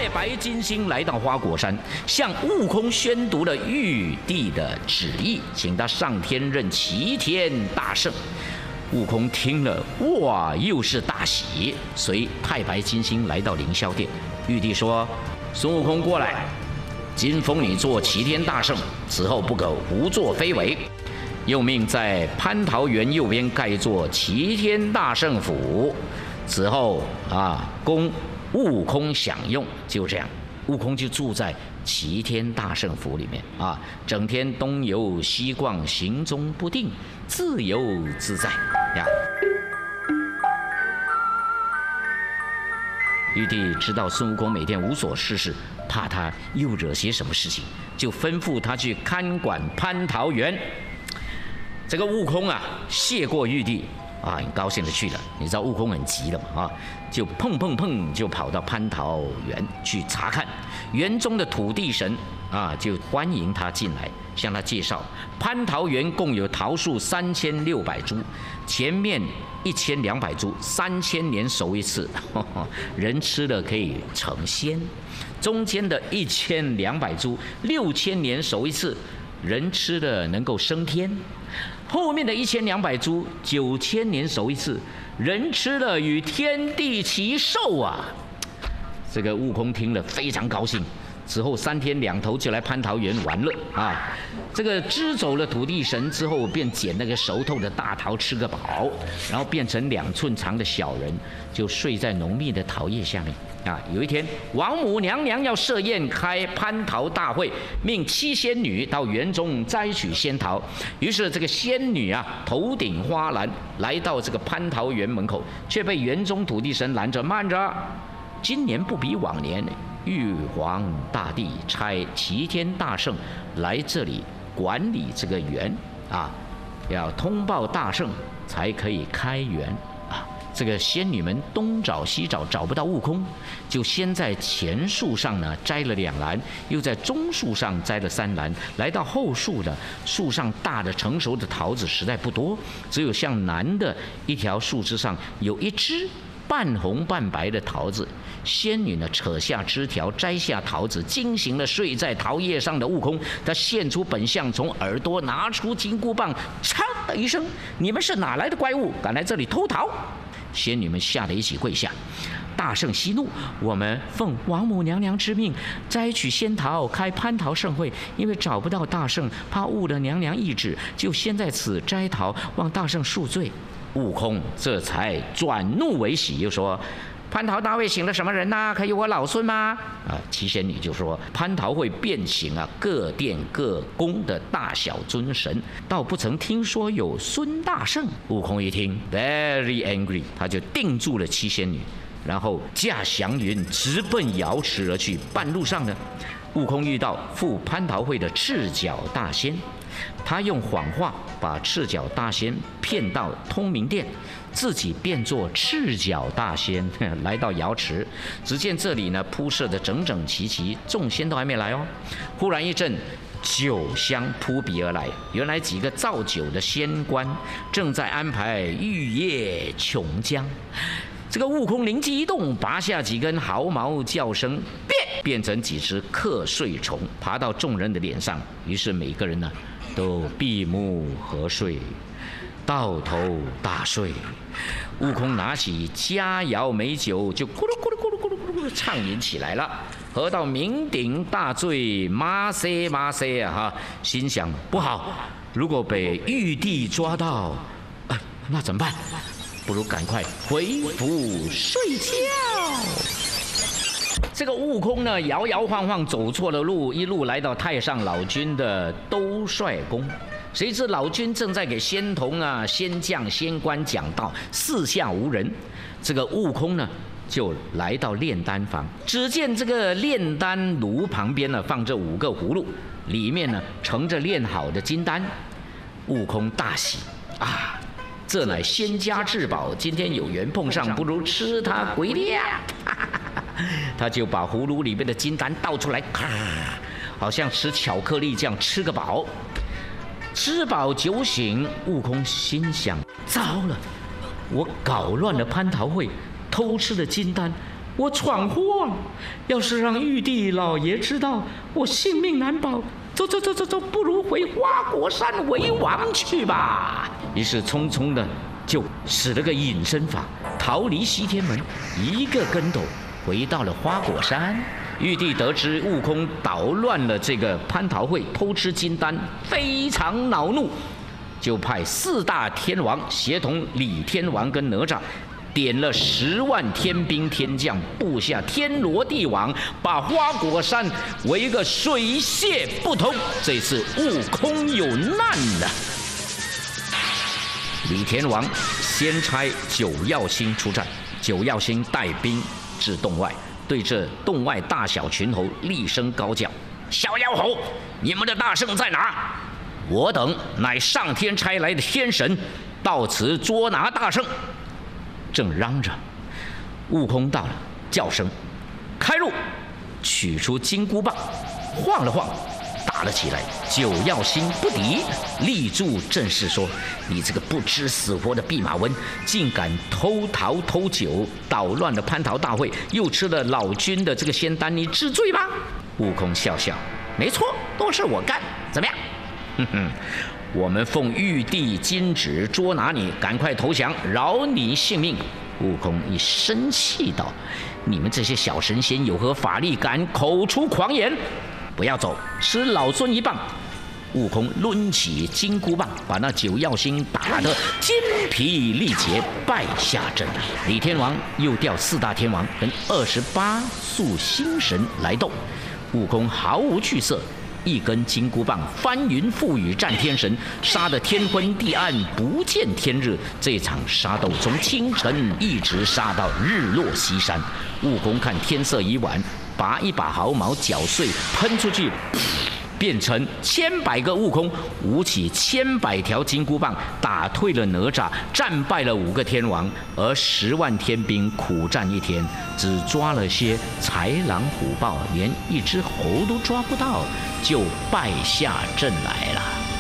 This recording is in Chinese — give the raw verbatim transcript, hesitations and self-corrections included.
太白金星来到花果山，向悟空宣读了玉帝的旨意，请他上天任齐天大圣。悟空听了，哇，又是大喜，随太白金星来到凌霄殿。玉帝说：“孙悟空过来，今封你做齐天大圣，此后不可胡作非为。”又命在蟠桃园右边盖座齐天大圣府，此后啊，供悟空享用。就这样，悟空就住在齐天大圣府里面啊，整天东游西逛，行踪不定，自由自在呀。玉帝知道孙悟空每天无所事事，怕他又惹些什么事情，就吩咐他去看管蟠桃园。这个悟空啊，谢过玉帝啊，很高兴的去了。你知道悟空很急的嘛啊，就砰砰砰就跑到蟠桃园去查看。园中的土地神啊，就欢迎他进来，向他介绍，蟠桃园共有桃树三千六百株，前面一千两百株，三千年熟一次，呵呵，人吃了可以成仙；中间的一千两百株，六千年熟一次，人吃了能够升天；后面的一千两百株，九千年熟一次，人吃了与天地齐寿啊！这个悟空听了非常高兴，此后三天两头就来蟠桃园玩乐啊。这个支走了土地神之后，便捡那个熟透的大桃吃个饱，然后变成两寸长的小人，就睡在浓密的桃叶下面。啊，有一天，王母娘娘要设宴开蟠桃大会，命七仙女到园中摘取仙桃。于是这个仙女啊，头顶花篮来到这个蟠桃园门口，却被园中土地神拦着，慢着，今年不比往年，玉皇大帝差齐天大圣来这里管理这个园啊，要通报大圣才可以开园。这个仙女们东找西找，找不到悟空，就先在前树上呢摘了两篮，又在中树上摘了三篮，来到后树呢，树上大的成熟的桃子实在不多，只有向南的一条树枝上有一只半红半白的桃子。仙女呢扯下枝条，摘下桃子，惊醒了睡在桃叶上的悟空。她现出本相，从耳朵拿出金箍棒，嚓的一声：“你们是哪来的怪物，敢来这里偷桃？”仙女们吓得一起跪下。大圣息怒：“我们奉王母娘娘之命，摘取仙桃，开蟠桃盛会。因为找不到大圣，怕误了娘娘懿旨，就先在此摘桃，望大圣恕罪。”悟空这才转怒为喜，又说：“蟠桃大会请了什么人呐、啊？可有我老孙吗？”啊，七仙女就说：“蟠桃会遍请啊各殿各宫的大小尊神，倒不曾听说有孙大圣。”悟空一听 ，very angry， 他就定住了七仙女，然后驾祥云直奔瑶池而去。半路上呢，悟空遇到赴蟠桃会的赤脚大仙。他用谎话把赤脚大仙骗到通明殿，自己变作赤脚大仙来到瑶池。只见这里呢铺设的整整齐齐，众仙都还没来哦。忽然一阵酒香扑鼻而来，原来几个造酒的仙官正在安排玉液琼浆。这个悟空灵机一动，拔下几根毫毛，叫声变，变成几只瞌睡虫，爬到众人的脸上。于是每个人呢都闭目合睡，到头大睡。悟空拿起佳肴美酒，就咕噜咕噜咕噜咕噜咕噜咕噜畅饮起来了，喝到酩酊大醉，麻塞麻塞啊哈！心想不好，如果被玉帝抓到，呃、那怎么办？不如赶快回府睡觉。这个悟空呢，摇摇晃晃走错了路，一路来到太上老君的兜率宫。谁知老君正在给仙童啊、仙将、仙官讲道，四下无人。这个悟空呢，就来到炼丹房，只见这个炼丹炉旁边呢，放着五个葫芦，里面呢盛着炼好的金丹。悟空大喜啊！这乃仙家至宝，今天有缘碰上，不如吃它归量。他就把葫芦里面的金丹倒出来，咔，好像吃巧克力这样吃个饱。吃饱酒醒，悟空心想：糟了，我搞乱了蟠桃会，偷吃了金丹， 我闯祸了，要是让玉帝老爷知道，我性命难保。走走走走走，不如回花果山为王去吧。于是匆匆的就使了个隐身法，逃离西天门，一个跟斗回到了花果山。玉帝得知悟空捣乱了这个蟠桃会，偷吃金丹，非常恼怒，就派四大天王协同李天王跟哪吒，点了十万天兵天将，布下天罗地网，把花果山围个水泄不通。这次悟空有难了。李天王先差九曜星出战，九曜星带兵至洞外，对这洞外大小群猴厉声高叫：“小妖猴，你们的大圣在哪？我等乃上天差来的天神，到此捉拿大圣。”正嚷着，悟空到了，叫声：“开路！”取出金箍棒，晃了晃，打了起来。九曜星不敌，立住阵势说：“你这个不知死活的弼马温，竟敢偷桃偷酒，捣乱了蟠桃大会，又吃了老君的这个仙丹，你知罪吧？”悟空笑笑：“没错，都是我干，怎么样？”哼哼。我们奉玉帝金旨捉拿你，赶快投降，饶你性命。悟空一生气道：“你们这些小神仙有何法力，敢口出狂言？不要走，吃老孙一棒！”悟空抡起金箍棒，把那九曜星打得筋疲力竭，败下阵来。李天王又调四大天王跟二十八宿星神来斗，悟空毫无惧色。一根金箍棒翻云覆雨战天神，杀得天昏地暗，不见天日。这场杀斗从清晨一直杀到日落西山。悟空看天色已晚，拔一把毫毛绞碎，喷出去，变成千百个悟空，舞起千百条金箍棒，打退了哪吒，战败了五个天王，而十万天兵苦战一天，只抓了些豺狼虎豹，连一只猴都抓不到，就败下阵来了。